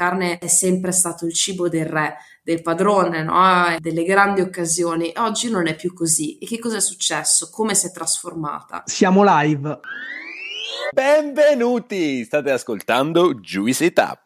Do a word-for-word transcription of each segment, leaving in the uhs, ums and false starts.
carne è sempre stato il cibo del re, del padrone, no? Delle grandi occasioni. Oggi non è più così. E che cosa è successo? Come si è trasformata? Siamo live. Benvenuti! State ascoltando Juicy It Up.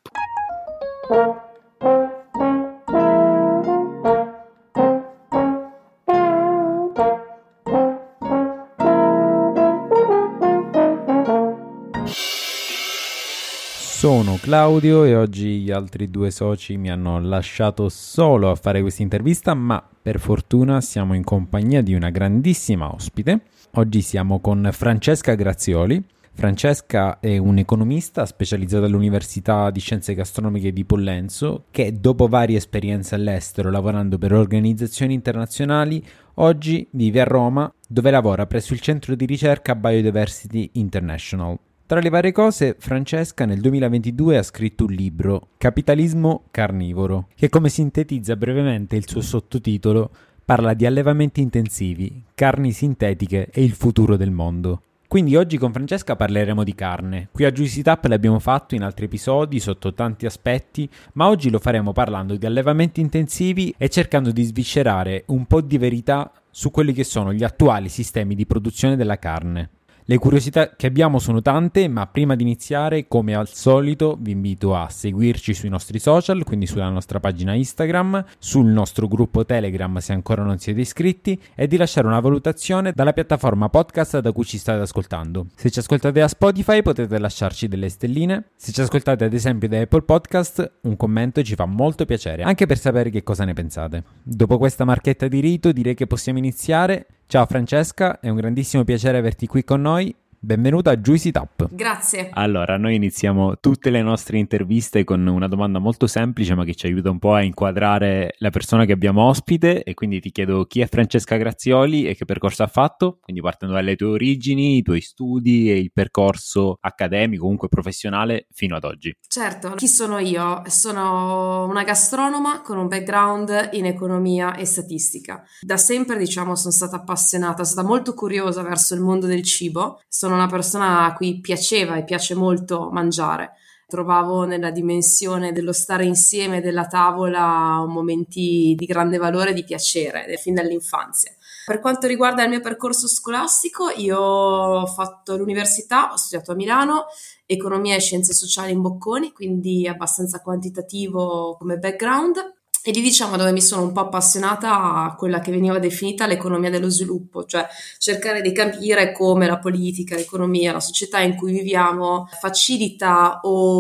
Sono Claudio e oggi gli altri due soci mi hanno lasciato solo a fare questa intervista, ma per fortuna siamo in compagnia di una grandissima ospite. Oggi siamo con Francesca Grazioli. Francesca è un'economista specializzata all'Università di Scienze Gastronomiche di Pollenzo che, dopo varie esperienze all'estero lavorando per organizzazioni internazionali, oggi vive a Roma, dove lavora presso il centro di ricerca Biodiversity International. Tra le varie cose, Francesca nel duemilaventidue ha scritto un libro, Capitalismo carnivoro, che, come sintetizza brevemente il suo sottotitolo, parla di allevamenti intensivi, carni sintetiche e il futuro del mondo. Quindi oggi con Francesca parleremo di carne. Qui a Juicy It Up l'abbiamo fatto in altri episodi sotto tanti aspetti, ma oggi lo faremo parlando di allevamenti intensivi e cercando di sviscerare un po' di verità su quelli che sono gli attuali sistemi di produzione della carne. Le curiosità che abbiamo sono tante, ma prima di iniziare, come al solito, vi invito a seguirci sui nostri social, quindi sulla nostra pagina Instagram, sul nostro gruppo Telegram se ancora non siete iscritti, e di lasciare una valutazione dalla piattaforma podcast da cui ci state ascoltando. Se ci ascoltate a Spotify potete lasciarci delle stelline, se ci ascoltate ad esempio da Apple Podcast, un commento ci fa molto piacere, anche per sapere che cosa ne pensate. Dopo questa marchetta di rito direi che possiamo iniziare. Ciao Francesca, è un grandissimo piacere averti qui con noi. Benvenuta a Juicy It Up. Grazie. Allora, noi iniziamo tutte le nostre interviste con una domanda molto semplice, ma che ci aiuta un po' a inquadrare la persona che abbiamo ospite, e quindi ti chiedo chi è Francesca Grazioli e che percorso ha fatto, quindi partendo dalle tue origini, i tuoi studi e il percorso accademico, comunque professionale, fino ad oggi. Certo, chi sono io? Sono una gastronoma con un background in economia e statistica. Da sempre, diciamo, sono stata appassionata, sono stata molto curiosa verso il mondo del cibo. Sono una persona a cui piaceva e piace molto mangiare. Trovavo nella dimensione dello stare insieme, della tavola, momenti di grande valore e di piacere, fin dall'infanzia. Per quanto riguarda il mio percorso scolastico, io ho fatto l'università, ho studiato a Milano, economia e scienze sociali in Bocconi, quindi abbastanza quantitativo come background. E lì, diciamo, dove mi sono un po' appassionata a quella che veniva definita l'economia dello sviluppo, cioè cercare di capire come la politica, l'economia, la società in cui viviamo facilita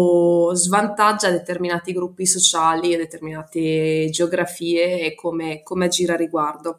o svantaggia determinati gruppi sociali e determinate geografie e come, come agire a riguardo.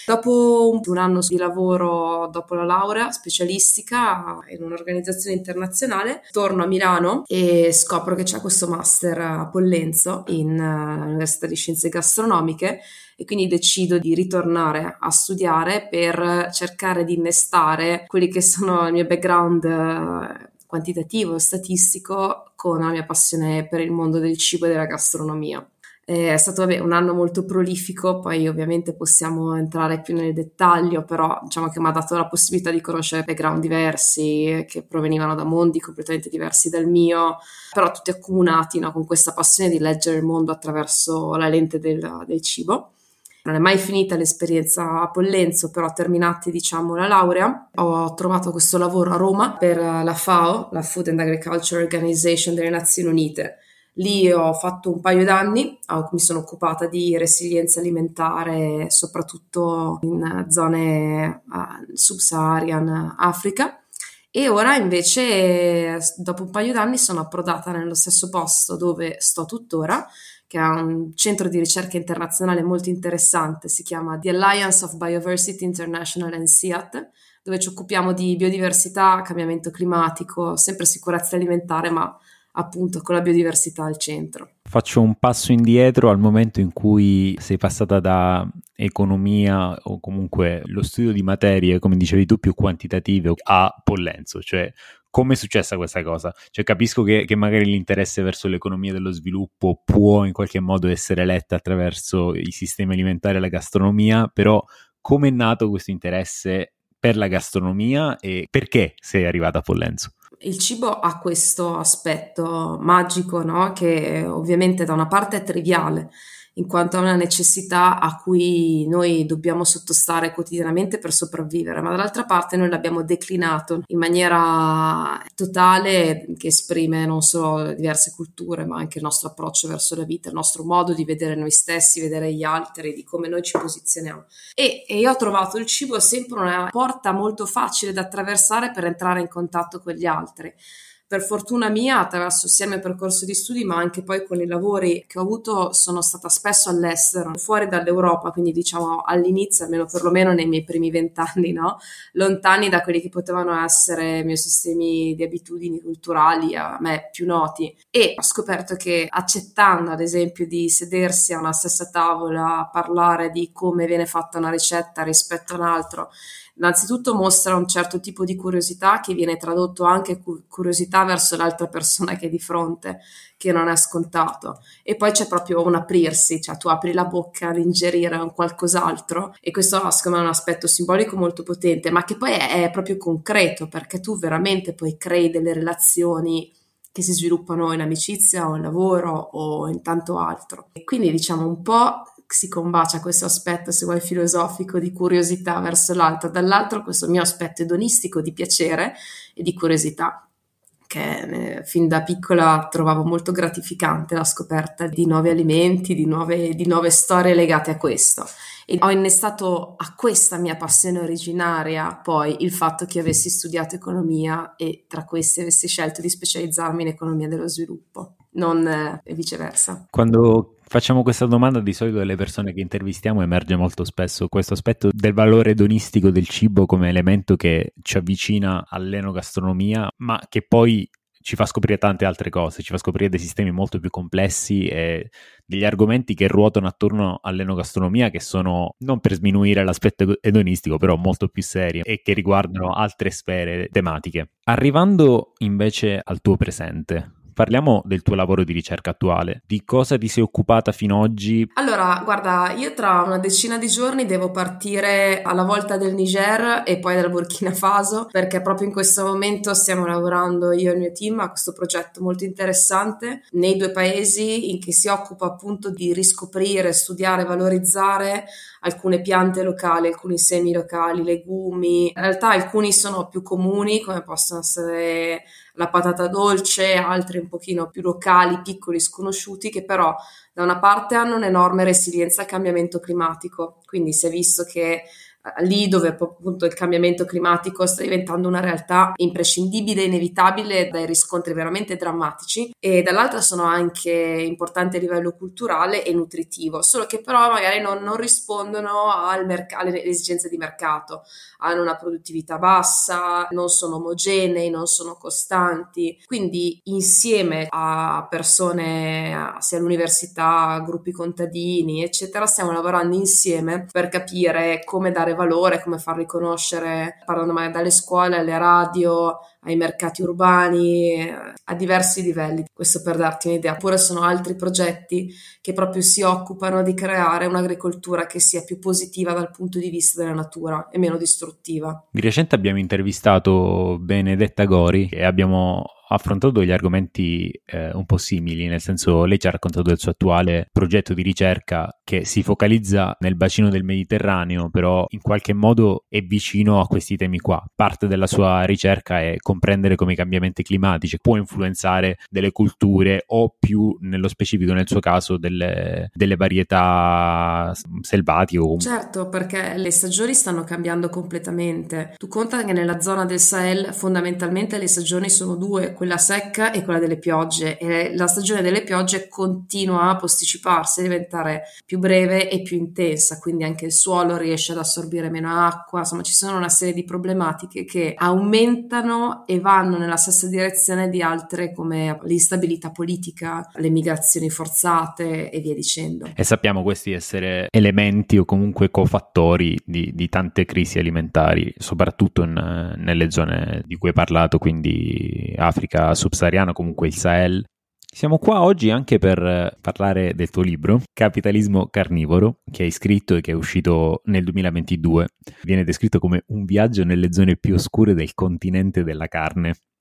Dopo un anno di lavoro, dopo la laurea specialistica in un'organizzazione internazionale, torno a Milano e scopro che c'è questo master a Pollenzo in uh, Università di Scienze Gastronomiche, e quindi decido di ritornare a studiare per cercare di innestare quelli che sono il mio background uh, quantitativo e statistico con la mia passione per il mondo del cibo e della gastronomia. È stato vabbè, un anno molto prolifico, poi ovviamente possiamo entrare più nel dettaglio, però diciamo che mi ha dato la possibilità di conoscere background diversi che provenivano da mondi completamente diversi dal mio, però tutti accomunati, no, con questa passione di leggere il mondo attraverso la lente del, del cibo. Non è mai finita l'esperienza a Pollenzo, però terminati, diciamo, la laurea, ho trovato questo lavoro a Roma per la FAO, la Food and Agriculture Organization delle Nazioni Unite. Lì ho fatto un paio d'anni, mi sono occupata di resilienza alimentare, soprattutto in zone uh, sub-Saharan Africa, e ora invece dopo un paio d'anni sono approdata nello stesso posto dove sto tuttora, che è un centro di ricerca internazionale molto interessante, si chiama The Alliance of Biodiversity International and S I A T, dove ci occupiamo di biodiversità, cambiamento climatico, sempre sicurezza alimentare, ma appunto con la biodiversità al centro. Faccio un passo indietro al momento in cui sei passata da economia o comunque lo studio di materie, come dicevi tu, più quantitative a Pollenzo, cioè come è successa questa cosa? Cioè capisco che, che magari l'interesse verso l'economia dello sviluppo può in qualche modo essere letta attraverso i sistemi alimentari e la gastronomia, però come è nato questo interesse per la gastronomia e perché sei arrivata a Pollenzo? Il cibo ha questo aspetto magico, no? Che ovviamente da una parte è triviale, in quanto è una necessità a cui noi dobbiamo sottostare quotidianamente per sopravvivere, ma dall'altra parte noi l'abbiamo declinato in maniera totale, che esprime non solo diverse culture, ma anche il nostro approccio verso la vita, il nostro modo di vedere noi stessi, vedere gli altri, di come noi ci posizioniamo. E, e io ho trovato il cibo sempre una porta molto facile da attraversare per entrare in contatto con gli altri. Per fortuna mia, attraverso sia il mio percorso di studi, ma anche poi con i lavori che ho avuto, sono stata spesso all'estero, fuori dall'Europa, quindi diciamo all'inizio, almeno perlomeno nei miei primi vent'anni, no? Lontani da quelli che potevano essere i miei sistemi di abitudini culturali a me più noti. E ho scoperto che accettando, ad esempio, di sedersi a una stessa tavola a parlare di come viene fatta una ricetta rispetto a un altro, innanzitutto mostra un certo tipo di curiosità che viene tradotto anche curiosità verso l'altra persona che è di fronte, che non è scontato. E poi c'è proprio un aprirsi, cioè tu apri la bocca ad ingerire un qualcos'altro, e questo secondo me è un aspetto simbolico molto potente, ma che poi è, è proprio concreto, perché tu veramente poi crei delle relazioni che si sviluppano in amicizia o in lavoro o in tanto altro. E quindi diciamo un po' si combacia questo aspetto, se vuoi, filosofico di curiosità verso l'altro, dall'altro questo mio aspetto edonistico di piacere e di curiosità, che eh, fin da piccola trovavo molto gratificante, la scoperta di nuovi alimenti, di nuove, di nuove storie legate a questo. E ho innestato a questa mia passione originaria poi il fatto che avessi studiato economia e tra questi avessi scelto di specializzarmi in economia dello sviluppo, non eh, viceversa. Quando facciamo questa domanda, di solito delle persone che intervistiamo emerge molto spesso questo aspetto del valore edonistico del cibo come elemento che ci avvicina all'enogastronomia, ma che poi ci fa scoprire tante altre cose, ci fa scoprire dei sistemi molto più complessi e degli argomenti che ruotano attorno all'enogastronomia, che sono, non per sminuire l'aspetto edonistico, però molto più serie e che riguardano altre sfere tematiche. Arrivando invece al tuo presente, parliamo del tuo lavoro di ricerca attuale. Di cosa ti sei occupata fino ad oggi? Allora, guarda, io tra una decina di giorni devo partire alla volta del Niger e poi dal Burkina Faso, perché proprio in questo momento stiamo lavorando io e il mio team a questo progetto molto interessante nei due paesi, in che si occupa appunto di riscoprire, studiare, valorizzare alcune piante locali, alcuni semi locali, legumi. In realtà alcuni sono più comuni, come possono essere la patata dolce, altri un pochino più locali, piccoli, sconosciuti, che però da una parte hanno un'enorme resilienza al cambiamento climatico, quindi si è visto che lì dove appunto il cambiamento climatico sta diventando una realtà imprescindibile, inevitabile, dai riscontri veramente drammatici, e dall'altra sono anche importanti a livello culturale e nutritivo, solo che però magari non, non rispondono al merc- alle esigenze di mercato, hanno una produttività bassa, non sono omogenei, non sono costanti, quindi insieme a persone sia all'università, gruppi contadini eccetera, stiamo lavorando insieme per capire come dare valore, come farli conoscere, parlando magari dalle scuole, alle radio, ai mercati urbani, a diversi livelli. Questo per darti un'idea. Oppure sono altri progetti che proprio si occupano di creare un'agricoltura che sia più positiva dal punto di vista della natura e meno distruttiva. Di recente abbiamo intervistato Benedetta Gori e abbiamo affrontato degli argomenti eh, un po' simili, nel senso lei ci ha raccontato del suo attuale progetto di ricerca che si focalizza nel bacino del Mediterraneo, però in qualche modo è vicino a questi temi qua. Parte della sua ricerca è comprendere come i cambiamenti climatici può influenzare delle culture o più nello specifico nel suo caso delle, delle varietà selvatiche. O... Certo, perché le stagioni stanno cambiando completamente. Tu conta che nella zona del Sahel fondamentalmente le stagioni sono due, quella secca e quella delle piogge, e la stagione delle piogge continua a posticiparsi, a diventare più breve e più intensa, quindi anche il suolo riesce ad assorbire meno acqua, insomma ci sono una serie di problematiche che aumentano e vanno nella stessa direzione di altre come l'instabilità politica, le migrazioni forzate e via dicendo. E sappiamo questi essere elementi o comunque cofattori di, di tante crisi alimentari, soprattutto in, nelle zone di cui hai parlato, quindi Africa subsahariana, comunque il Sahel. Siamo qua oggi anche per parlare del tuo libro, Capitalismo carnivoro, che hai scritto e che è uscito nel duemilaventidue. Viene descritto come un viaggio nelle zone più oscure del continente della carne.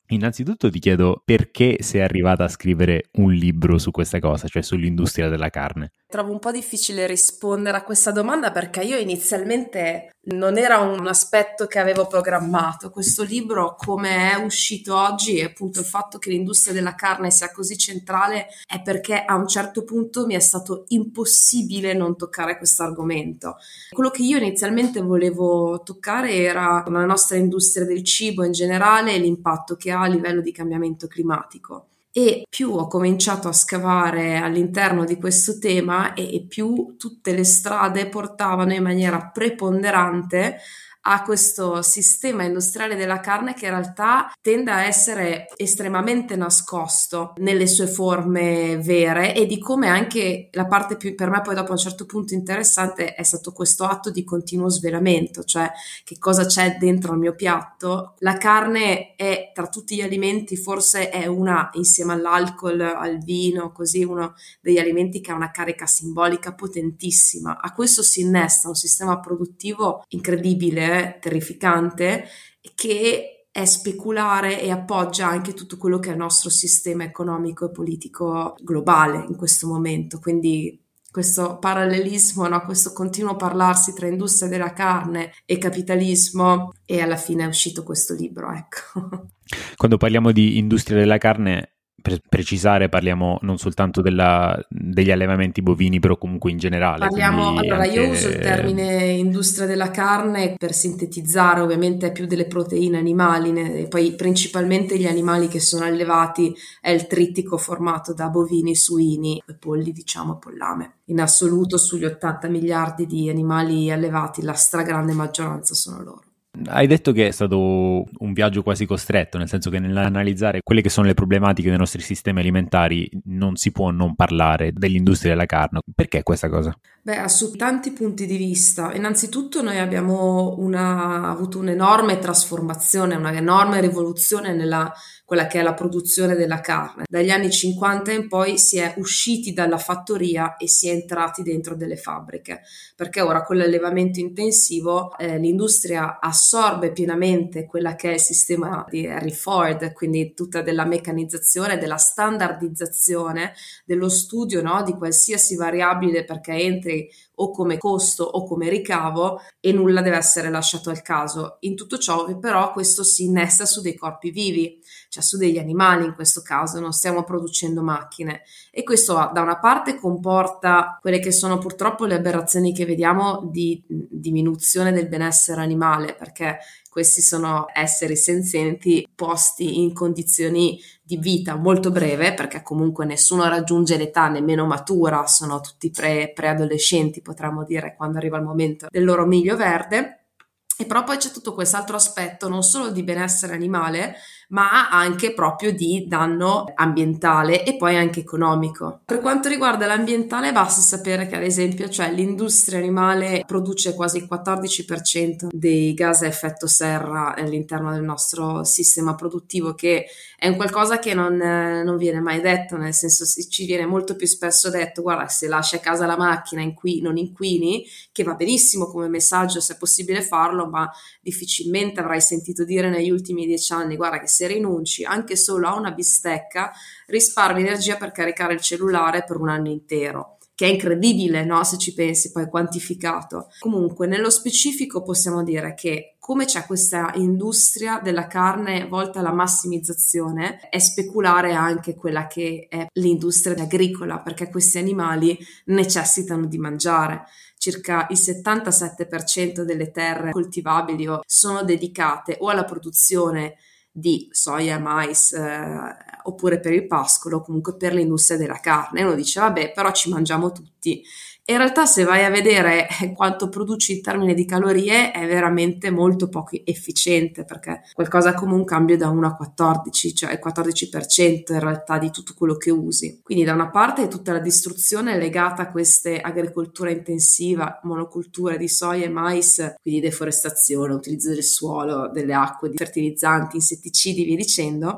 Innanzitutto ti chiedo perché sei arrivata a scrivere un libro su questa cosa, cioè sull'industria della carne. Trovo un po' difficile rispondere a questa domanda perché io inizialmente non era un aspetto che avevo programmato. Questo libro, come è uscito oggi, e appunto il fatto che l'industria della carne sia così centrale è perché a un certo punto mi è stato impossibile non toccare questo argomento. Quello che io inizialmente volevo toccare era la nostra industria del cibo in generale e l'impatto che ha a livello di cambiamento climatico. E più ho cominciato a scavare all'interno di questo tema e, e più tutte le strade portavano in maniera preponderante a questo sistema industriale della carne che in realtà tende a essere estremamente nascosto nelle sue forme vere, e di come anche la parte più per me poi dopo a un certo punto interessante è stato questo atto di continuo svelamento, cioè che cosa c'è dentro il mio piatto. La carne è tra tutti gli alimenti forse è una, insieme all'alcol, al vino, così uno degli alimenti che ha una carica simbolica potentissima. A questo si innesta un sistema produttivo incredibile, terrificante, che è speculare e appoggia anche tutto quello che è il nostro sistema economico e politico globale in questo momento. Quindi questo parallelismo, no? Questo continuo parlarsi tra industria della carne e capitalismo, e alla fine è uscito questo libro, ecco. Quando parliamo di industria della carne, per precisare, parliamo non soltanto della, degli allevamenti bovini, però comunque in generale. Parliamo, allora anche... io uso il termine industria della carne per sintetizzare, ovviamente è più delle proteine animali, ne, poi principalmente gli animali che sono allevati è il trittico formato da bovini, suini e polli, diciamo pollame. In assoluto sugli ottanta miliardi di animali allevati la stragrande maggioranza sono loro. Hai detto che è stato un viaggio quasi costretto, nel senso che nell'analizzare quelle che sono le problematiche dei nostri sistemi alimentari non si può non parlare dell'industria della carne. Perché questa cosa? Beh, su tanti punti di vista. Innanzitutto noi abbiamo una, avuto un'enorme trasformazione, una enorme rivoluzione nella quella che è la produzione della carne. Dagli anni cinquanta in poi si è usciti dalla fattoria e si è entrati dentro delle fabbriche, perché ora con l'allevamento intensivo eh, l'industria assorbe pienamente quella che è il sistema di Henry Ford, quindi tutta della meccanizzazione, della standardizzazione, dello studio, no, di qualsiasi variabile perché entri o come costo o come ricavo, e nulla deve essere lasciato al caso. In tutto ciò però questo si innesta su dei corpi vivi, cioè su degli animali in questo caso, non stiamo producendo macchine, e questo da una parte comporta quelle che sono purtroppo le aberrazioni che vediamo di diminuzione del benessere animale, perché questi sono esseri senzienti posti in condizioni di vita molto breve, perché comunque nessuno raggiunge l'età nemmeno matura, sono tutti pre, preadolescenti potremmo dire quando arriva il momento del loro miglio verde. E però poi c'è tutto quest'altro aspetto non solo di benessere animale, ma anche proprio di danno ambientale e poi anche economico. Per quanto riguarda l'ambientale basta sapere che ad esempio cioè l'industria animale produce quasi il quattordici per cento dei gas a effetto serra all'interno del nostro sistema produttivo, che è un qualcosa che non, non viene mai detto, nel senso ci viene molto più spesso detto guarda, se lasci a casa la macchina inqui- non inquini, che va benissimo come messaggio se è possibile farlo, ma difficilmente avrai sentito dire negli ultimi dieci anni guarda che se rinunci anche solo a una bistecca risparmi energia per caricare il cellulare per un anno intero, che è incredibile, no? Se ci pensi poi quantificato. Comunque nello specifico possiamo dire che come c'è questa industria della carne volta alla massimizzazione, è speculare anche quella che è l'industria agricola, perché questi animali necessitano di mangiare. Circa il settantasette per cento delle terre coltivabili sono dedicate o alla produzione di soia, mais, eh, oppure per il pascolo, o comunque per l'industria della carne. Uno dice vabbè, però ci mangiamo tutti. E in realtà se vai a vedere quanto produci in termini di calorie è veramente molto poco efficiente, perché qualcosa come un cambio da uno a quattordici, cioè il quattordici per cento in realtà di tutto quello che usi. Quindi da una parte tutta la distruzione legata a queste agricoltura intensiva, monoculture di soia e mais, quindi deforestazione, utilizzo del suolo, delle acque, di fertilizzanti, insetticidi, via dicendo.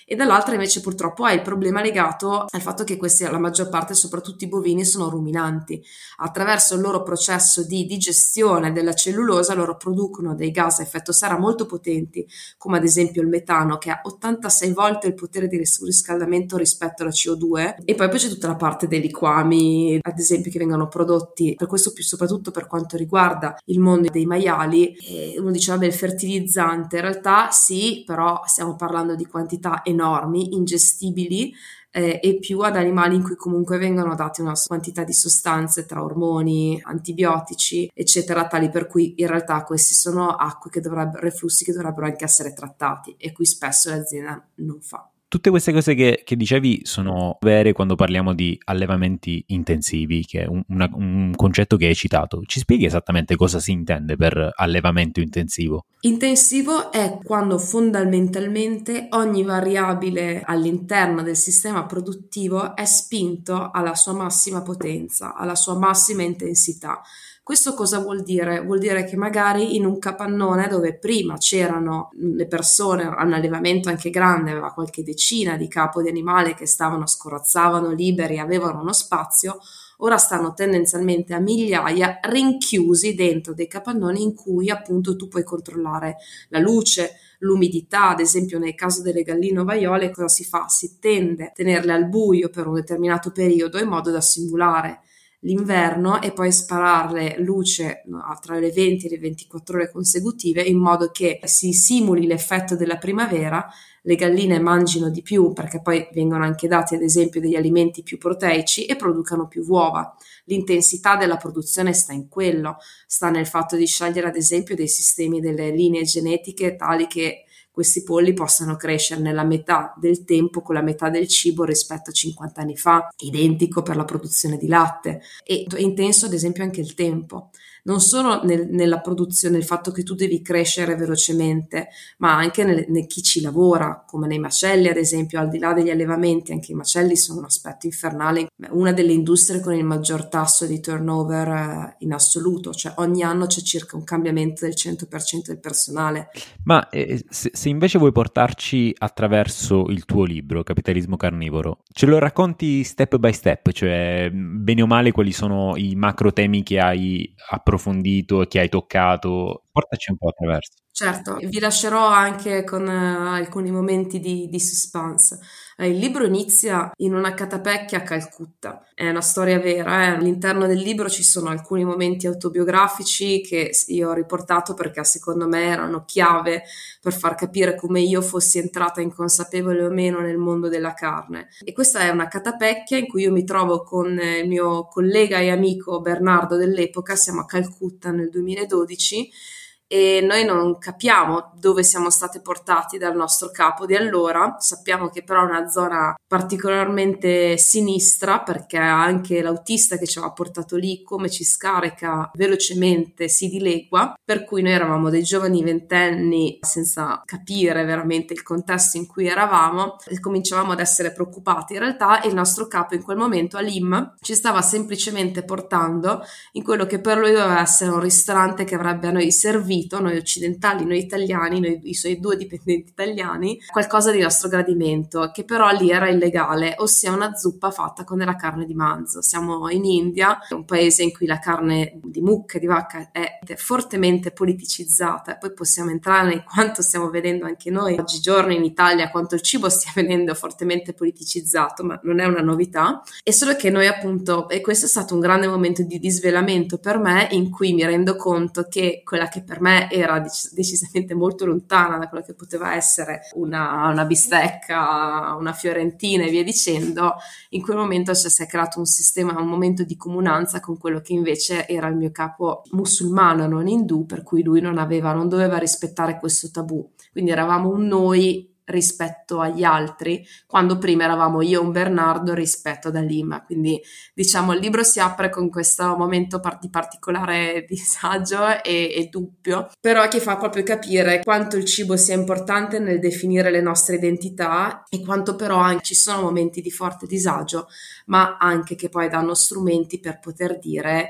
e dall'altra invece purtroppo hai il problema legato al fatto che questi, la maggior parte, soprattutto i bovini, sono ruminanti. Attraverso il loro processo di digestione della cellulosa loro producono dei gas a effetto serra molto potenti, come ad esempio il metano, che ha ottantasei volte il potere di riscaldamento rispetto alla C O due, e poi, poi c'è tutta la parte dei liquami, ad esempio, che vengono prodotti, per questo più soprattutto per quanto riguarda il mondo dei maiali. E uno dice vabbè, il fertilizzante, in realtà sì, però stiamo parlando di quantità enormi, ingestibili, eh, e più ad animali in cui comunque vengono date una quantità di sostanze tra ormoni, antibiotici, eccetera, tali per cui in realtà questi sono acque che dovrebbero, reflussi che dovrebbero anche essere trattati, e qui spesso l'azienda non fa. Tutte queste cose che, che dicevi sono vere quando parliamo di allevamenti intensivi, che è un, una, un concetto che hai citato. Ci spieghi esattamente cosa si intende per allevamento intensivo? Intensivo è quando fondamentalmente ogni variabile all'interno del sistema produttivo è spinto alla sua massima potenza, alla sua massima intensità. Questo cosa vuol dire? Vuol dire che magari in un capannone dove prima c'erano le persone, un allevamento anche grande, aveva qualche decina di capo di animali che stavano, scorazzavano liberi, avevano uno spazio, ora stanno tendenzialmente a migliaia rinchiusi dentro dei capannoni in cui appunto tu puoi controllare la luce, l'umidità. Ad esempio nel caso delle galline ovaiole cosa si fa? Si tende a tenerle al buio per un determinato periodo in modo da simulare l'inverno e poi spararle luce tra le venti e le ventiquattro ore consecutive in modo che si simuli l'effetto della primavera, le galline mangino di più perché poi vengono anche dati ad esempio degli alimenti più proteici e producano più uova. L'intensità della produzione sta in quello, sta nel fatto di scegliere ad esempio dei sistemi, delle linee genetiche tali che questi polli possano crescere nella metà del tempo con la metà del cibo rispetto a cinquanta anni fa, identico per la produzione di latte. E è intenso ad esempio anche il tempo, non solo nel, nella produzione, nel fatto che tu devi crescere velocemente, ma anche nel, nel chi ci lavora, come nei macelli ad esempio. Al di là degli allevamenti, anche i macelli sono un aspetto infernale, una delle industrie con il maggior tasso di turnover eh, in assoluto, cioè ogni anno c'è circa un cambiamento del cento per cento del personale. Ma eh, se, se invece vuoi portarci attraverso il tuo libro, Capitalismo Carnivoro, ce lo racconti step by step, cioè bene o male quali sono i macro temi che hai approfondito approfondito, che hai toccato, portaci un po' attraverso. Certo, vi lascerò anche con uh, alcuni momenti di, di suspense. Uh, il libro inizia in una catapecchia a Calcutta, è una storia vera, eh? All'interno del libro ci sono alcuni momenti autobiografici che io ho riportato perché secondo me erano chiave per far capire come io fossi entrata inconsapevole o meno nel mondo della carne. E questa è una catapecchia in cui io mi trovo con il mio collega e amico Bernardo dell'epoca, siamo a Calcutta nel duemiladodici, e noi non capiamo dove siamo state portati dal nostro capo di allora. Sappiamo che però è una zona particolarmente sinistra, perché anche l'autista che ci aveva portato lì, come ci scarica velocemente, si dilegua, per cui noi eravamo dei giovani ventenni senza capire veramente il contesto in cui eravamo e cominciavamo ad essere preoccupati. In realtà il nostro capo in quel momento, Alim, ci stava semplicemente portando in quello che per lui doveva essere un ristorante che avrebbe a noi servito, noi occidentali, noi italiani, noi i suoi due dipendenti italiani, qualcosa di nostro gradimento, che però lì era illegale, ossia una zuppa fatta con della carne di manzo. Siamo in India, un paese in cui la carne di mucca, di vacca è fortemente politicizzata, e poi possiamo entrare in quanto stiamo vedendo anche noi oggigiorno in Italia, quanto il cibo stia venendo fortemente politicizzato, ma non è una novità. E solo che noi appunto, e questo è stato un grande momento di disvelamento per me, in cui mi rendo conto che quella che per me era decis- decisamente molto lontana da quello che poteva essere una, una bistecca, una fiorentina e via dicendo, in quel momento cioè, si è creato un sistema, un momento di comunanza con quello che invece era il mio capo musulmano, non indù, per cui lui non aveva, non doveva rispettare questo tabù. Quindi eravamo un noi rispetto agli altri, quando prima eravamo io e un Bernardo rispetto ad Alim. Quindi diciamo il libro si apre con questo momento di particolare disagio e, e dubbio, però che fa proprio capire quanto il cibo sia importante nel definire le nostre identità e quanto però anche ci sono momenti di forte disagio, ma anche che poi danno strumenti per poter dire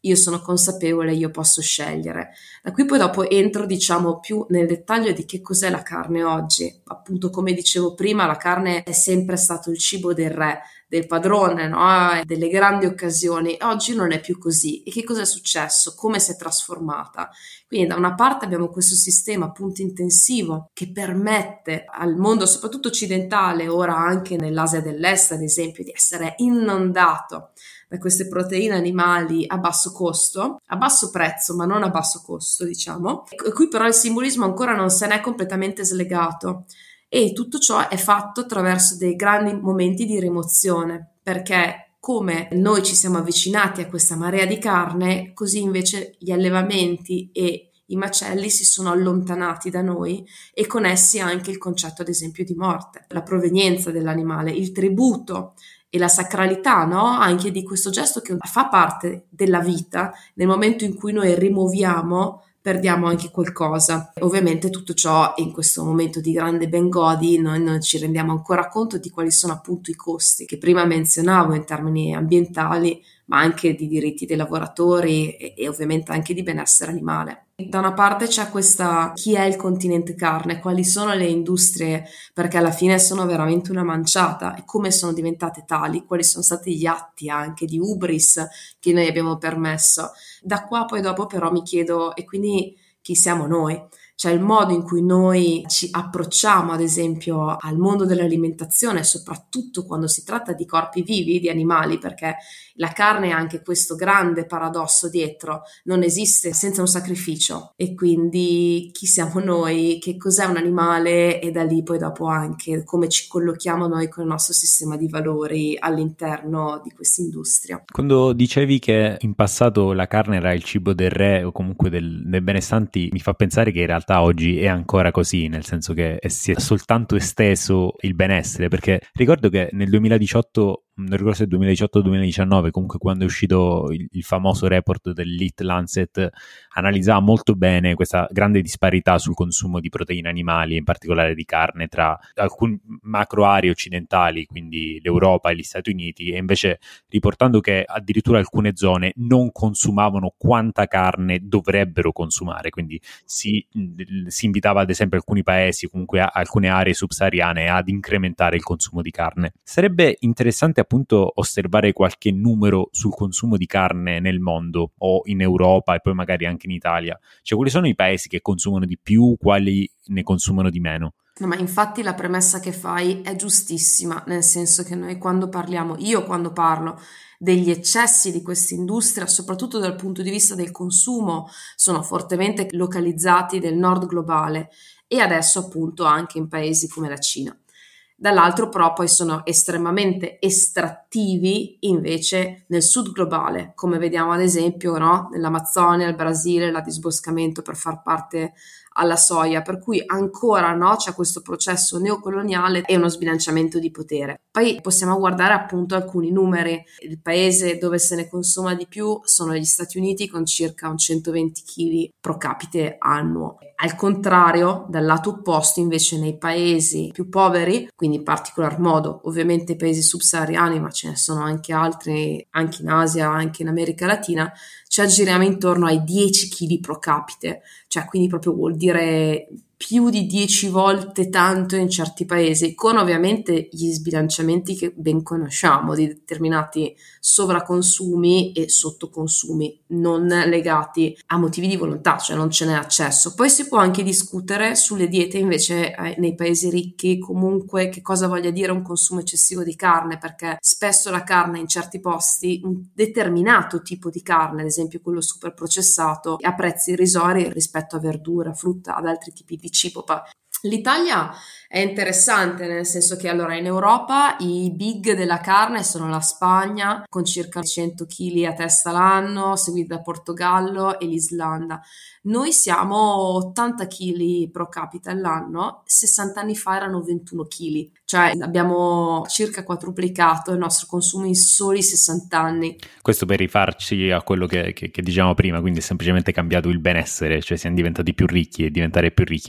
io sono consapevole, io posso scegliere. Da qui poi dopo entro, diciamo, più nel dettaglio di che cos'è la carne oggi. Appunto, come dicevo prima, la carne è sempre stato il cibo del re, del padrone, no? Delle grandi occasioni. Oggi non è più così. E che cosa è successo? Come si è trasformata? Quindi da una parte abbiamo questo sistema appunto intensivo che permette al mondo, soprattutto occidentale, ora anche nell'Asia dell'Est ad esempio, di essere inondato da queste proteine animali a basso costo, a basso prezzo ma non a basso costo, diciamo. E qui però il simbolismo ancora non se n'è completamente slegato. E tutto ciò è fatto attraverso dei grandi momenti di rimozione, perché come noi ci siamo avvicinati a questa marea di carne, così invece gli allevamenti e i macelli si sono allontanati da noi e con essi anche il concetto, ad esempio, di morte, la provenienza dell'animale, il tributo e la sacralità, no? Anche di questo gesto che fa parte della vita. Nel momento in cui noi rimuoviamo, perdiamo anche qualcosa. Ovviamente tutto ciò in questo momento di grande bengodi noi non ci rendiamo ancora conto di quali sono appunto i costi che prima menzionavo in termini ambientali, ma anche di diritti dei lavoratori e, e ovviamente anche di benessere animale. Da una parte c'è questa chi è il continente carne, quali sono le industrie, perché alla fine sono veramente una manciata, e come sono diventate tali, quali sono stati gli atti anche di hubris che noi abbiamo permesso. Da qua poi dopo però mi chiedo, e quindi chi siamo noi? Cioè il modo in cui noi ci approcciamo ad esempio al mondo dell'alimentazione, soprattutto quando si tratta di corpi vivi, di animali, perché la carne ha anche questo grande paradosso dietro, non esiste senza un sacrificio, e quindi chi siamo noi, che cos'è un animale, e da lì poi dopo anche come ci collochiamo noi con il nostro sistema di valori all'interno di questa industria. Quando dicevi che in passato la carne era il cibo del re o comunque del, dei benestanti, mi fa pensare che in realtà oggi è ancora così, nel senso che si è soltanto esteso il benessere, perché ricordo che nel duemiladiciotto, non ricordo se duemiladiciotto o duemiladiciannove, comunque quando è uscito il, il famoso report dell'E A T Lancet, analizzava molto bene questa grande disparità sul consumo di proteine animali, in particolare di carne, tra alcune macro aree occidentali, quindi l'Europa e gli Stati Uniti, e invece riportando che addirittura alcune zone non consumavano quanta carne dovrebbero consumare, quindi si, si invitava ad esempio alcuni paesi, comunque a, alcune aree subsahariane, ad incrementare il consumo di carne. Sarebbe interessante appunto osservare qualche numero sul consumo di carne nel mondo o in Europa e poi magari anche in Italia, cioè quali sono i paesi che consumano di più, quali ne consumano di meno? No, ma infatti la premessa che fai è giustissima, nel senso che noi quando parliamo, io quando parlo degli eccessi di questa industria, soprattutto dal punto di vista del consumo, sono fortemente localizzati nel nord globale e adesso appunto anche in paesi come la Cina. Dall'altro però poi sono estremamente estrattivi invece nel sud globale, come vediamo ad esempio, no? Nell'Amazzonia, il Brasile, la disboscamento per far parte alla soia, per cui ancora no, c'è questo processo neocoloniale e uno sbilanciamento di potere. Poi possiamo guardare appunto alcuni numeri. Il paese dove se ne consuma di più sono gli Stati Uniti, con circa un centoventi chili pro capite annuo. Al contrario, dal lato opposto invece nei paesi più poveri, quindi in particolar modo ovviamente i paesi subsahariani, ma ce ne sono anche altri, anche in Asia, anche in America Latina, ci aggiriamo intorno ai dieci chili pro capite, cioè quindi proprio vuol dire più di dieci volte tanto in certi paesi, con ovviamente gli sbilanciamenti che ben conosciamo di determinati sovraconsumi e sottoconsumi non legati a motivi di volontà, cioè non ce n'è accesso. Poi si può anche discutere sulle diete invece eh, nei paesi ricchi, comunque che cosa voglia dire un consumo eccessivo di carne, perché spesso la carne in certi posti, un determinato tipo di carne, ad esempio quello super processato, a prezzi irrisori rispetto a verdura, frutta, ad altri tipi di cibo. L'Italia è interessante nel senso che allora in Europa i big della carne sono la Spagna con circa cento chili a testa l'anno, seguita da Portogallo e l'Islanda. Noi siamo ottanta chili pro capite all'anno, sessanta anni fa erano ventuno chili, cioè abbiamo circa quadruplicato il nostro consumo in soli sessanta anni. Questo per rifarci a quello che, che, che dicevamo prima, quindi è semplicemente cambiato il benessere, cioè siamo diventati più ricchi, e diventare più ricchi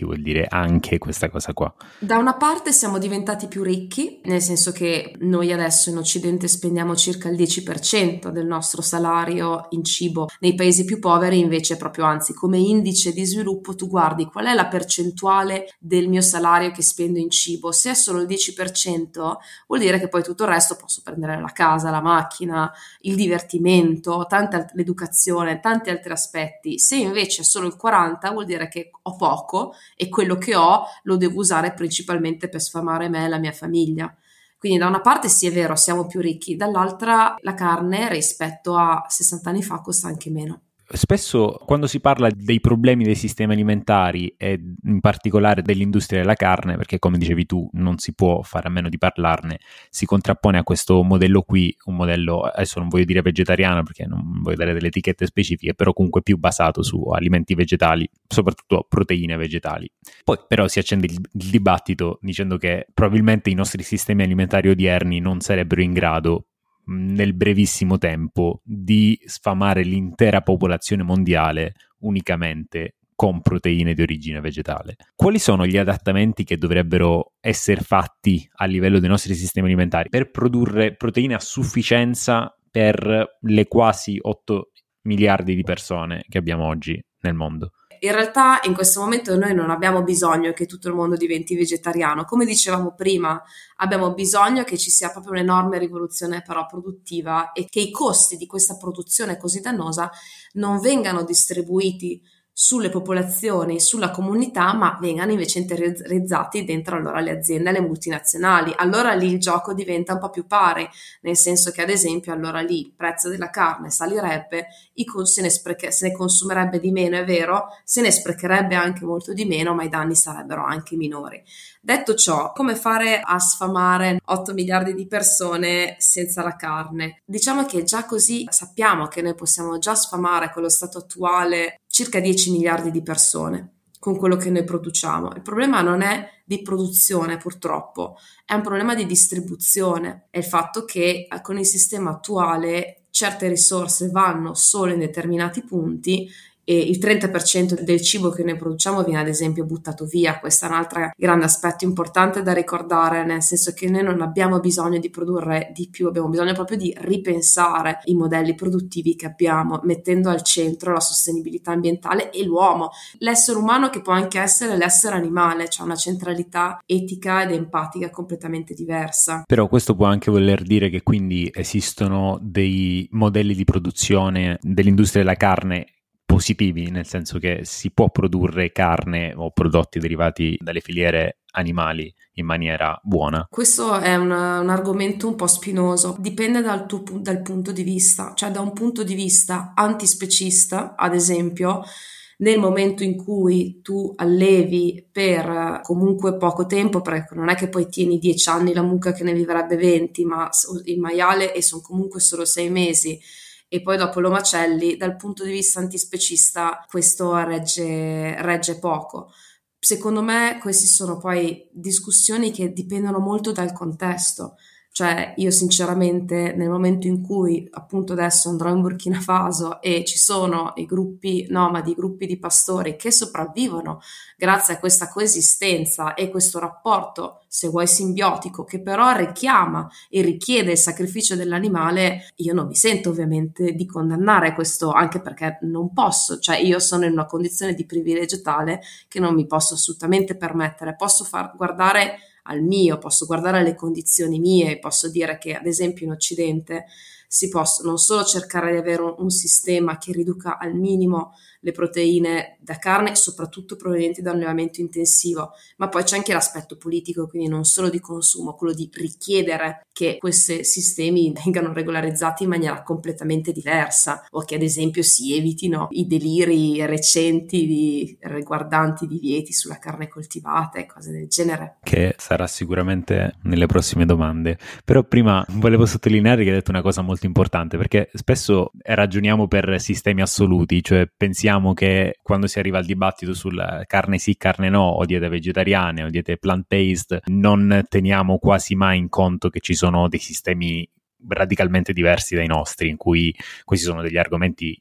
che vuol dire anche questa cosa qua? Da una parte siamo diventati più ricchi, nel senso che noi adesso in Occidente spendiamo circa il dieci per cento del nostro salario in cibo, nei paesi più poveri invece proprio anzi come indice di sviluppo tu guardi qual è la percentuale del mio salario che spendo in cibo, se è solo il dieci per cento vuol dire che poi tutto il resto posso prendere la casa, la macchina, il divertimento, tante alt- l'educazione, tanti altri aspetti. Se invece è solo il quaranta vuol dire che ho poco e quello che ho lo devo usare principalmente per sfamare me e la mia famiglia. Quindi da una parte sì è vero, siamo più ricchi, dall'altra la carne rispetto a sessanta anni fa costa anche meno. Spesso quando si parla dei problemi dei sistemi alimentari e in particolare dell'industria della carne, perché come dicevi tu non si può fare a meno di parlarne, si contrappone a questo modello qui, un modello, adesso non voglio dire vegetariano perché non voglio dare delle etichette specifiche, però comunque più basato su alimenti vegetali, soprattutto proteine vegetali. Poi però si accende il, il dibattito dicendo che probabilmente i nostri sistemi alimentari odierni non sarebbero in grado nel brevissimo tempo di sfamare l'intera popolazione mondiale unicamente con proteine di origine vegetale. Quali sono gli adattamenti che dovrebbero essere fatti a livello dei nostri sistemi alimentari per produrre proteine a sufficienza per le quasi otto miliardi di persone che abbiamo oggi nel mondo? In realtà in questo momento noi non abbiamo bisogno che tutto il mondo diventi vegetariano, come dicevamo prima abbiamo bisogno che ci sia proprio un'enorme rivoluzione però produttiva e che i costi di questa produzione così dannosa non vengano distribuiti sulle popolazioni, sulla comunità, ma vengano invece interiorizzati dentro allora le aziende, le multinazionali. Allora lì il gioco diventa un po' più pari, nel senso che ad esempio allora lì il prezzo della carne salirebbe, i cons- se, ne spreche- se ne consumerebbe di meno, è vero, se ne sprecherebbe anche molto di meno, ma i danni sarebbero anche minori. Detto ciò, come fare a sfamare otto miliardi di persone senza la carne? Diciamo che già così sappiamo che noi possiamo già sfamare con lo stato attuale circa dieci miliardi di persone con quello che noi produciamo. Il problema non è di produzione purtroppo, è un problema di distribuzione. È il fatto che con il sistema attuale certe risorse vanno solo in determinati punti e il trenta per cento del cibo che noi produciamo viene ad esempio buttato via. Questo è un altro grande aspetto importante da ricordare, nel senso che noi non abbiamo bisogno di produrre di più, abbiamo bisogno proprio di ripensare i modelli produttivi che abbiamo, mettendo al centro la sostenibilità ambientale e l'uomo, l'essere umano che può anche essere l'essere animale, cioè una centralità etica ed empatica completamente diversa. Però questo può anche voler dire che quindi esistono dei modelli di produzione dell'industria della carne positivi, nel senso che si può produrre carne o prodotti derivati dalle filiere animali in maniera buona. Questo è un, un argomento un po' spinoso, dipende dal, tuo, dal punto di vista, cioè da un punto di vista antispecista, ad esempio, nel momento in cui tu allevi per comunque poco tempo, perché non è che poi tieni dieci anni la mucca che ne vivrebbe venti, ma il maiale e sono comunque solo sei mesi, e poi dopo lo macelli, dal punto di vista antispecista questo regge, regge poco. Secondo me queste sono poi discussioni che dipendono molto dal contesto. Cioè io sinceramente nel momento in cui appunto adesso andrò in Burkina Faso e ci sono i gruppi nomadi, i gruppi di pastori che sopravvivono grazie a questa coesistenza e questo rapporto, se vuoi simbiotico, che però richiama e richiede il sacrificio dell'animale, io non mi sento ovviamente di condannare questo, anche perché non posso, cioè io sono in una condizione di privilegio tale che non mi posso assolutamente permettere, posso far guardare al mio, posso guardare alle condizioni mie, posso dire che ad esempio in Occidente si possono non solo cercare di avere un, un sistema che riduca al minimo le proteine da carne, soprattutto provenienti da un allevamento intensivo, ma poi c'è anche l'aspetto politico, quindi non solo di consumo, quello di richiedere che questi sistemi vengano regolarizzati in maniera completamente diversa o che ad esempio si evitino i deliri recenti di, riguardanti divieti sulla carne coltivata e cose del genere. Che sarà sicuramente nelle prossime domande. Però prima volevo sottolineare che hai detto una cosa molto importante, perché spesso ragioniamo per sistemi assoluti, cioè pensiamo che quando si arriva al dibattito sul carne sì, carne no, o diete vegetariane o diete plant-based, non teniamo quasi mai in conto che ci sono dei sistemi radicalmente diversi dai nostri, in cui questi sono degli argomenti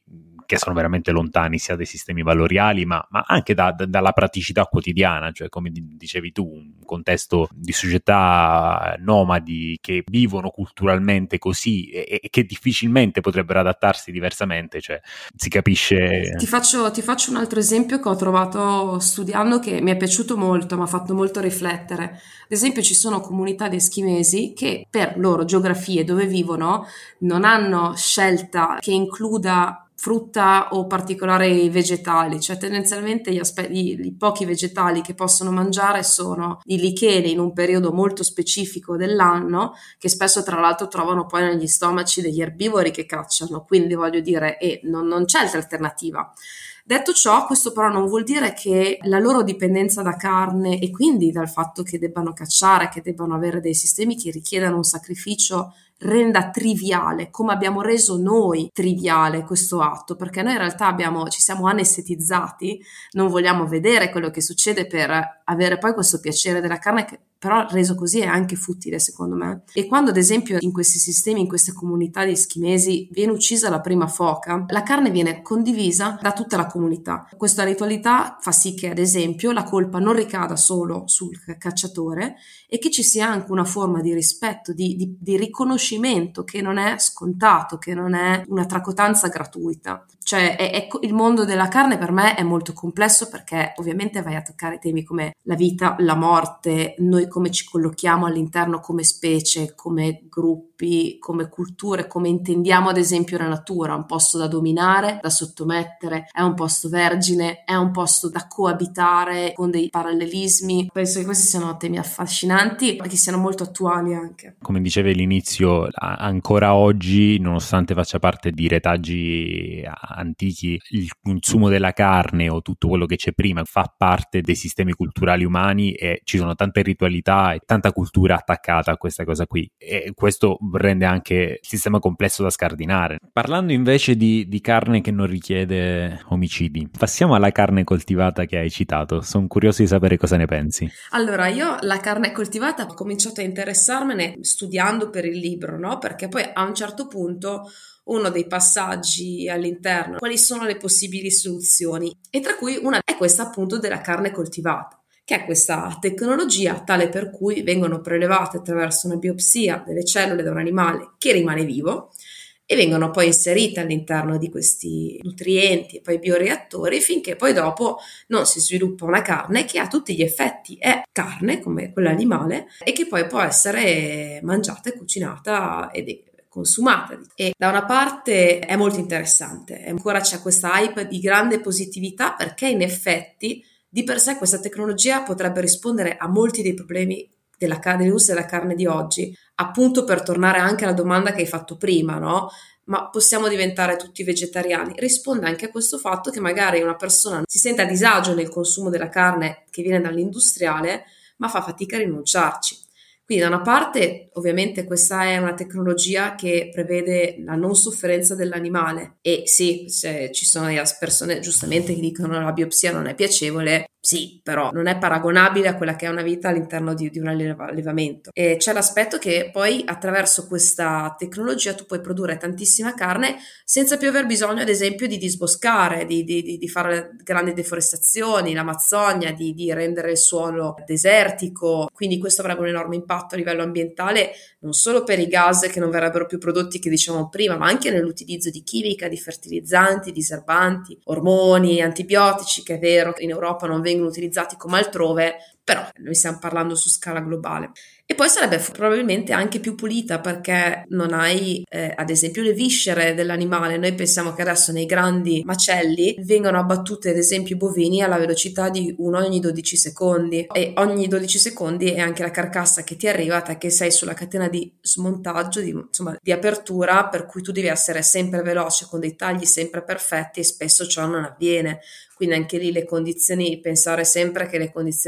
che sono veramente lontani sia dai sistemi valoriali, ma, ma anche da, da, dalla praticità quotidiana, cioè come dicevi tu, un contesto di società nomadi che vivono culturalmente così e, e che difficilmente potrebbero adattarsi diversamente, cioè si capisce. Ti faccio, ti faccio un altro esempio che ho trovato studiando che mi è piaciuto molto, mi ha fatto molto riflettere. Ad esempio ci sono comunità di eschimesi che per loro geografie dove vivono non hanno scelta che includa frutta o particolari vegetali, cioè tendenzialmente gli, aspe- gli, i pochi vegetali che possono mangiare sono i licheni in un periodo molto specifico dell'anno, che spesso tra l'altro trovano poi negli stomaci degli erbivori che cacciano, quindi voglio dire, e non, non c'è alternativa. Detto ciò, questo però non vuol dire che la loro dipendenza da carne e quindi dal fatto che debbano cacciare, che debbano avere dei sistemi che richiedano un sacrificio, renda triviale, come abbiamo reso noi triviale questo atto, perché noi in realtà abbiamo, ci siamo anestetizzati, non vogliamo vedere quello che succede per avere poi questo piacere della carne che però reso così è anche futile secondo me. E quando ad esempio in questi sistemi, in queste comunità di eschimesi viene uccisa la prima foca, la carne viene condivisa da tutta la comunità. Questa ritualità fa sì che ad esempio la colpa non ricada solo sul cacciatore e che ci sia anche una forma di rispetto, di, di, di riconoscimento che non è scontato, che non è una tracotanza gratuita. Cioè è, è, il mondo della carne per me è molto complesso perché ovviamente vai a toccare temi come la vita, la morte, noi come ci collochiamo all'interno come specie, come gruppi, come culture, come intendiamo ad esempio la natura, un posto da dominare, da sottomettere, è un posto vergine, è un posto da coabitare con dei parallelismi. Penso che questi siano temi affascinanti e che siano molto attuali anche. Come dicevi all'inizio, ancora oggi, nonostante faccia parte di retaggi antichi, il consumo della carne o tutto quello che c'è prima fa parte dei sistemi culturali umani e ci sono tante ritualità e tanta cultura attaccata a questa cosa qui e questo rende anche il sistema complesso da scardinare. Parlando invece di, di carne che non richiede omicidi, passiamo alla carne coltivata che hai citato. Sono curioso di sapere cosa ne pensi. Allora, io la carne coltivata ho cominciato a interessarmene studiando per il libro, no? Perché poi a un certo punto uno dei passaggi all'interno, quali sono le possibili soluzioni, e tra cui una è questa appunto della carne coltivata, che è questa tecnologia tale per cui vengono prelevate attraverso una biopsia delle cellule da un animale che rimane vivo e vengono poi inserite all'interno di questi nutrienti e poi bioreattori finché poi dopo non si sviluppa una carne che a tutti gli effetti è carne come quella animale e che poi può essere mangiata e cucinata ed è consumata. E da una parte è molto interessante, ancora c'è questa hype di grande positività perché in effetti di per sé questa tecnologia potrebbe rispondere a molti dei problemi della, dell'industria della carne di oggi, appunto per tornare anche alla domanda che hai fatto prima, no? Ma possiamo diventare tutti vegetariani? Risponde anche a questo fatto che magari una persona si sente a disagio nel consumo della carne che viene dall'industriale, ma fa fatica a rinunciarci. Quindi da una parte ovviamente questa è una tecnologia che prevede la non sofferenza dell'animale e sì, se ci sono persone giustamente che dicono che la biopsia non è piacevole, sì, però non è paragonabile a quella che è una vita all'interno di, di un allevamento. E c'è l'aspetto che poi attraverso questa tecnologia tu puoi produrre tantissima carne senza più aver bisogno ad esempio di disboscare, di, di, di, di fare grandi deforestazioni, l'Amazzonia, di, di rendere il suolo desertico, quindi questo avrebbe un enorme impatto a livello ambientale non solo per i gas che non verrebbero più prodotti che dicevamo prima, ma anche nell'utilizzo di chimica, di fertilizzanti, diserbanti, ormoni, antibiotici, che è vero che in Europa non vengono utilizzati come altrove, però noi stiamo parlando su scala globale. E poi sarebbe probabilmente anche più pulita perché non hai eh, ad esempio le viscere dell'animale. Noi pensiamo che adesso nei grandi macelli vengono abbattute ad esempio i bovini alla velocità di uno ogni dodici secondi e ogni dodici secondi è anche la carcassa che ti arriva te che sei sulla catena di smontaggio, di, insomma di apertura, per cui tu devi essere sempre veloce con dei tagli sempre perfetti e spesso ciò non avviene. Quindi anche lì le condizioni, pensare sempre che le condizioni igienico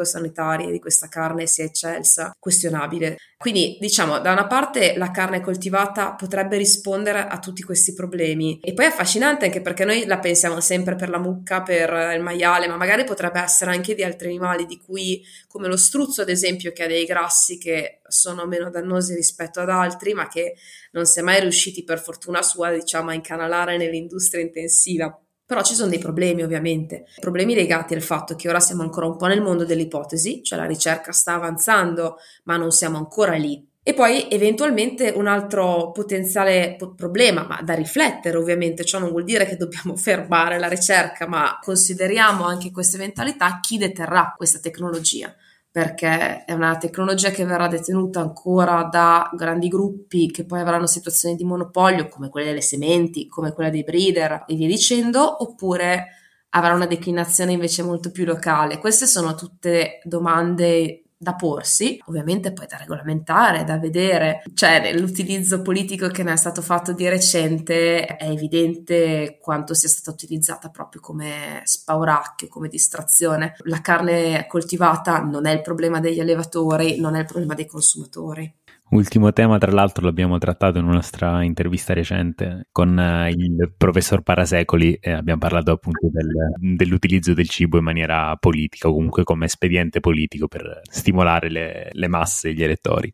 igienico-sanitarie di questa carne sia eccelsa, questionabile. Quindi diciamo, da una parte la carne coltivata potrebbe rispondere a tutti questi problemi, e poi è affascinante anche perché noi la pensiamo sempre per la mucca, per il maiale, ma magari potrebbe essere anche di altri animali, di cui, come lo struzzo ad esempio, che ha dei grassi che sono meno dannosi rispetto ad altri, ma che non si è mai riusciti, per fortuna sua, diciamo, a incanalare nell'industria intensiva. Però ci sono dei problemi, ovviamente, problemi legati al fatto che ora siamo ancora un po' nel mondo delle ipotesi, cioè la ricerca sta avanzando, ma non siamo ancora lì. E poi eventualmente un altro potenziale po- problema, ma da riflettere ovviamente, ciò non vuol dire che dobbiamo fermare la ricerca, ma consideriamo anche questa eventualità: chi deterrà questa tecnologia? Perché è una tecnologia che verrà detenuta ancora da grandi gruppi che poi avranno situazioni di monopolio, come quelle delle sementi, come quella dei breeder e via dicendo, oppure avrà una declinazione invece molto più locale? Queste sono tutte domande da porsi, ovviamente poi da regolamentare, da vedere. Cioè, l'utilizzo politico che ne è stato fatto di recente, è evidente quanto sia stata utilizzata proprio come spauracchio, come distrazione. La carne coltivata non è il problema degli allevatori, non è il problema dei consumatori. Ultimo tema, tra l'altro, l'abbiamo trattato in una nostra intervista recente con uh, il professor Parasecoli, e abbiamo parlato appunto del, dell'utilizzo del cibo in maniera politica, o comunque come espediente politico per stimolare le, le masse e gli elettori.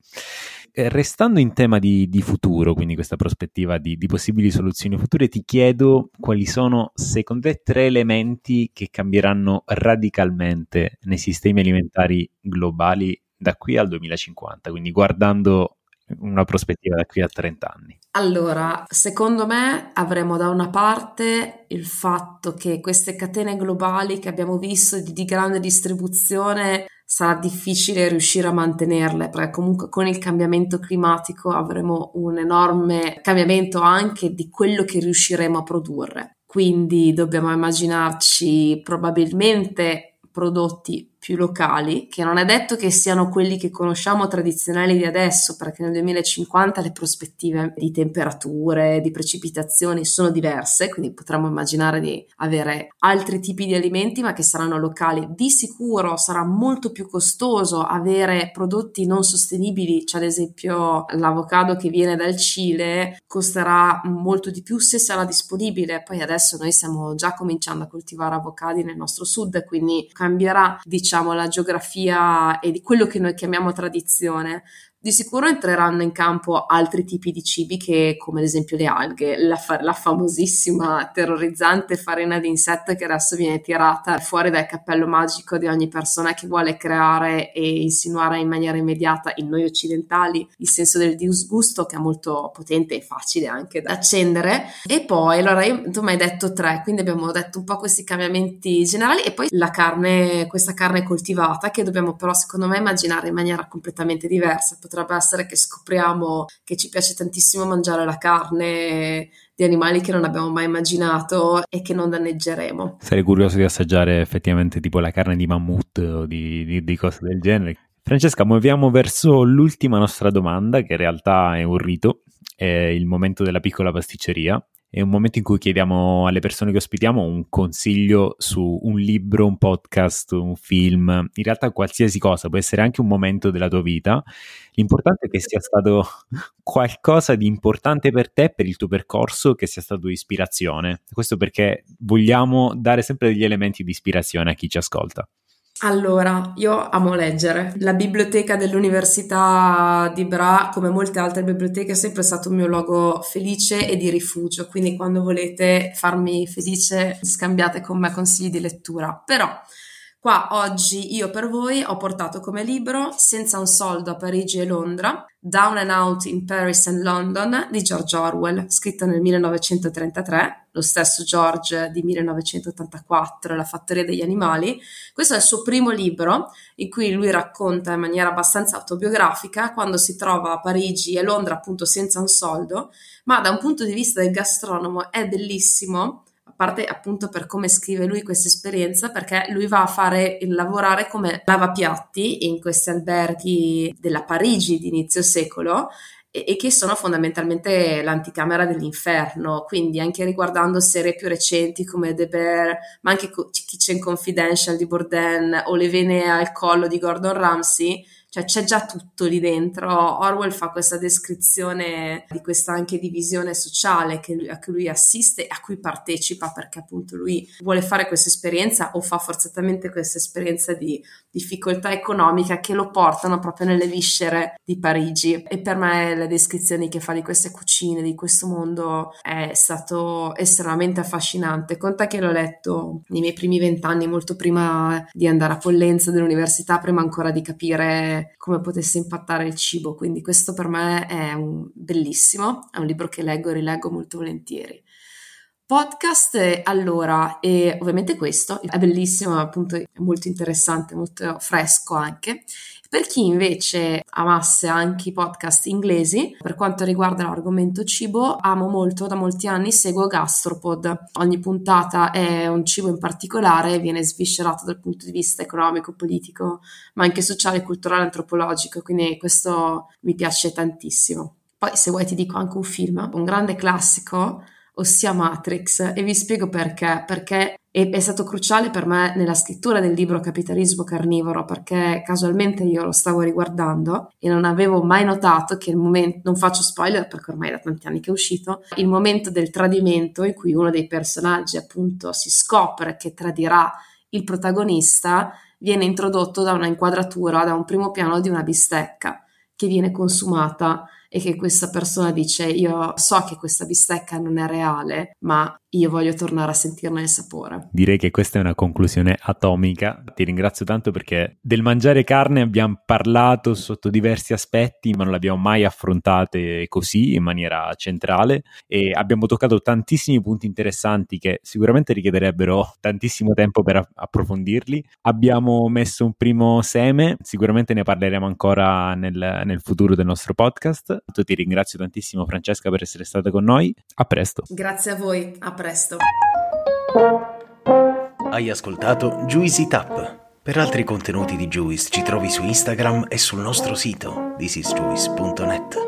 E restando in tema di, di futuro, quindi questa prospettiva di, di possibili soluzioni future, ti chiedo quali sono, secondo te, tre elementi che cambieranno radicalmente nei sistemi alimentari globali da qui al duemilacinquanta, quindi guardando una prospettiva da qui a trenta anni. Allora, secondo me avremo da una parte il fatto che queste catene globali che abbiamo visto di, di grande distribuzione sarà difficile riuscire a mantenerle, perché comunque con il cambiamento climatico avremo un enorme cambiamento anche di quello che riusciremo a produrre. Quindi dobbiamo immaginarci probabilmente prodotti più locali, che non è detto che siano quelli che conosciamo tradizionali di adesso, perché nel duemilacinquanta le prospettive di temperature, di precipitazioni sono diverse, quindi potremmo immaginare di avere altri tipi di alimenti, ma che saranno locali. Di sicuro sarà molto più costoso avere prodotti non sostenibili, cioè ad esempio l'avocado che viene dal Cile costerà molto di più se sarà disponibile. Poi adesso noi stiamo già cominciando a coltivare avocadi nel nostro sud, quindi cambierà, diciamo, la geografia e di quello che noi chiamiamo tradizione. Di sicuro entreranno in campo altri tipi di cibi, che come ad esempio le alghe, la, fa- la famosissima terrorizzante farina di insetto che adesso viene tirata fuori dal cappello magico di ogni persona che vuole creare e insinuare in maniera immediata in noi occidentali il senso del disgusto, che è molto potente e facile anche da accendere. E poi, allora, io, tu mi hai detto tre, quindi abbiamo detto un po' questi cambiamenti generali, e poi la carne, questa carne coltivata, che dobbiamo però secondo me immaginare in maniera completamente diversa. Potrebbe essere che scopriamo che ci piace tantissimo mangiare la carne di animali che non abbiamo mai immaginato e che non danneggeremo. Sarei curioso di assaggiare effettivamente tipo la carne di mammut o di, di, di cose del genere. Francesca, muoviamo verso l'ultima nostra domanda, che in realtà è un rito, è il momento della piccola pasticceria. È un momento in cui chiediamo alle persone che ospitiamo un consiglio su un libro, un podcast, un film, in realtà qualsiasi cosa, può essere anche un momento della tua vita. L'importante è che sia stato qualcosa di importante per te, per il tuo percorso, che sia stato ispirazione. Questo perché vogliamo dare sempre degli elementi di ispirazione a chi ci ascolta. Allora, io amo leggere. La biblioteca dell'Università di Bra, come molte altre biblioteche, è sempre stato un mio luogo felice e di rifugio, quindi quando volete farmi felice scambiate con me consigli di lettura. Però qua oggi io per voi ho portato come libro Senza un soldo a Parigi e Londra, Down and Out in Paris and London di George Orwell, scritto nel millenovecentotrentatré, lo stesso George di millenovecentottantaquattro, La fattoria degli animali. Questo è il suo primo libro, in cui lui racconta in maniera abbastanza autobiografica quando si trova a Parigi e Londra, appunto senza un soldo, ma da un punto di vista del gastronomo è bellissimo, a parte appunto per come scrive lui questa esperienza, perché lui va a fare il lavorare come lavapiatti in questi alberghi della Parigi di inizio secolo, e, e che sono fondamentalmente l'anticamera dell'inferno, quindi anche riguardando serie più recenti come The Bear, ma anche Kitchen Confidential di Bourdain o Le vene al collo di Gordon Ramsay, cioè c'è già tutto lì dentro. Orwell fa questa descrizione di questa anche divisione sociale che lui, a cui lui assiste, a cui partecipa, perché appunto lui vuole fare questa esperienza o fa forzatamente questa esperienza di difficoltà economica che lo portano proprio nelle viscere di Parigi. E per me le descrizioni che fa di queste cucine, di questo mondo, è stato estremamente affascinante. Conta che l'ho letto nei miei primi vent'anni, molto prima di andare a Pollenza dell'università, prima ancora di capire come potesse impattare il cibo, quindi questo per me è un bellissimo, è un libro che leggo e rileggo molto volentieri. Podcast, allora, e ovviamente questo è bellissimo, appunto è molto interessante, molto fresco anche. Per chi invece amasse anche i podcast inglesi, per quanto riguarda l'argomento cibo, amo molto, da molti anni seguo Gastropod. Ogni puntata è un cibo in particolare, viene sviscerato dal punto di vista economico, politico, ma anche sociale, culturale, antropologico, quindi questo mi piace tantissimo. Poi se vuoi ti dico anche un film, un grande classico, ossia Matrix, e vi spiego perché, perché è, è stato cruciale per me nella scrittura del libro Capitalismo Carnivoro, perché casualmente io lo stavo riguardando e non avevo mai notato che il momento, non faccio spoiler perché ormai è da tanti anni che è uscito, il momento del tradimento in cui uno dei personaggi appunto si scopre che tradirà il protagonista viene introdotto da una inquadratura, da un primo piano di una bistecca che viene consumata e che questa persona dice: io so che questa bistecca non è reale, ma io voglio tornare a sentirne il sapore. Direi che questa è una conclusione atomica. Ti ringrazio tanto perché del mangiare carne abbiamo parlato sotto diversi aspetti, ma non l'abbiamo mai affrontate così in maniera centrale, e abbiamo toccato tantissimi punti interessanti che sicuramente richiederebbero tantissimo tempo per approfondirli. Abbiamo messo un primo seme, sicuramente ne parleremo ancora nel, nel futuro del nostro podcast. Ti ringrazio tantissimo, Francesca, per essere stata con noi. A presto. Grazie a voi, a presto. Hai ascoltato Juicy Tap. Per altri contenuti di Juice ci trovi su Instagram e sul nostro sito this is juice punto net.